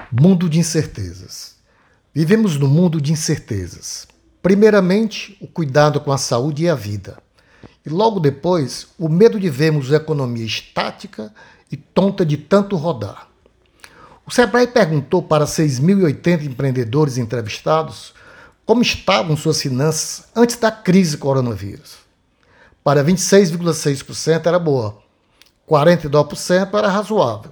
Mundo de incertezas. Vivemos num mundo de incertezas. Primeiramente, o cuidado com a saúde e a vida. E logo depois, o medo de vermos a economia estática e tonta de tanto rodar. O Sebrae perguntou para 6.080 empreendedores entrevistados como estavam suas finanças antes da crise coronavírus. Para 26,6% era boa, 42% era razoável,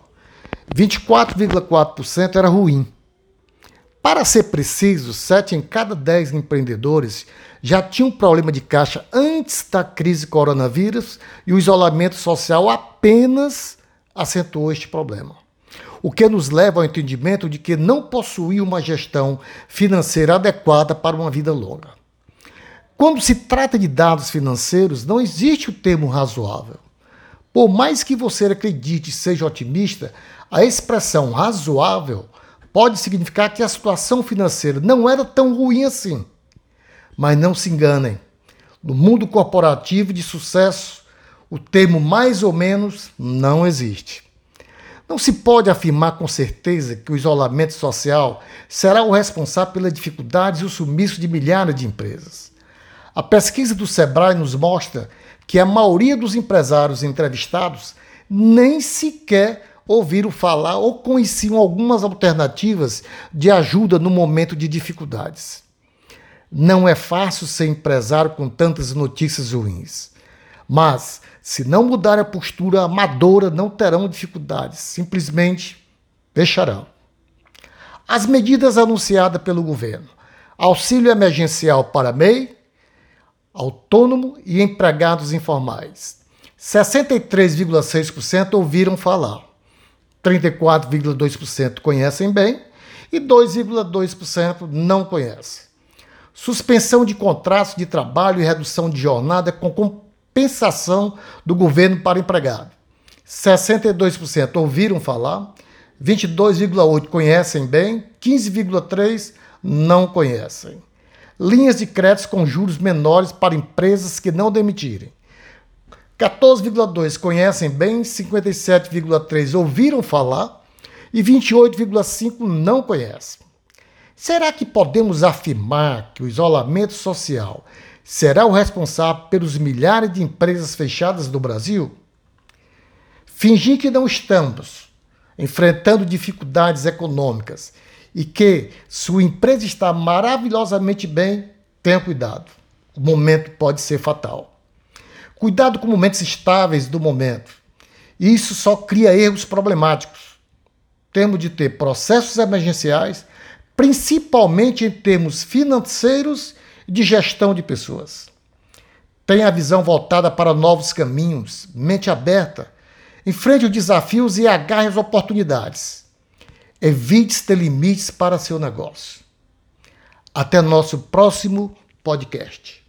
24,4% era ruim. Para ser preciso, 7 em cada 10 empreendedores já tinham problema de caixa antes da crise coronavírus e o isolamento social apenas acentuou este problema. O que nos leva ao entendimento de que não possuía uma gestão financeira adequada para uma vida longa. Quando se trata de dados financeiros, não existe o termo razoável. Por mais que você acredite e seja otimista, a expressão razoável pode significar que a situação financeira não era tão ruim assim. Mas não se enganem. No mundo corporativo de sucesso, o termo mais ou menos não existe. Não se pode afirmar com certeza que o isolamento social será o responsável pelas dificuldades e o sumiço de milhares de empresas. A pesquisa do Sebrae nos mostra que a maioria dos empresários entrevistados nem sequer ouviram falar ou conheciam algumas alternativas de ajuda no momento de dificuldades. Não é fácil ser empresário com tantas notícias ruins. Mas, se não mudar a postura amadora, não terão dificuldades. Simplesmente fecharão. As medidas anunciadas pelo governo: auxílio emergencial para MEI, autônomo e empregados informais. 63,6% ouviram falar. 34,2% conhecem bem e 2,2% não conhecem. Suspensão de contratos de trabalho e redução de jornada com compensação do governo para empregado. 62% ouviram falar, 22,8% conhecem bem, 15,3% não conhecem. Linhas de créditos com juros menores para empresas que não demitirem. 14,2% conhecem bem, 57,3% ouviram falar e 28,5% não conhecem. Será que podemos afirmar que o isolamento social será o responsável pelos milhares de empresas fechadas no Brasil? Fingir que não estamos enfrentando dificuldades econômicas e que sua empresa está maravilhosamente bem, tenha cuidado. O momento pode ser fatal. Cuidado com momentos estáveis do momento. Isso só cria erros problemáticos. Temos de ter processos emergenciais, principalmente em termos financeiros e de gestão de pessoas. Tenha a visão voltada para novos caminhos, mente aberta, enfrente os desafios e agarre as oportunidades. Evite ter limites para seu negócio. Até nosso próximo podcast.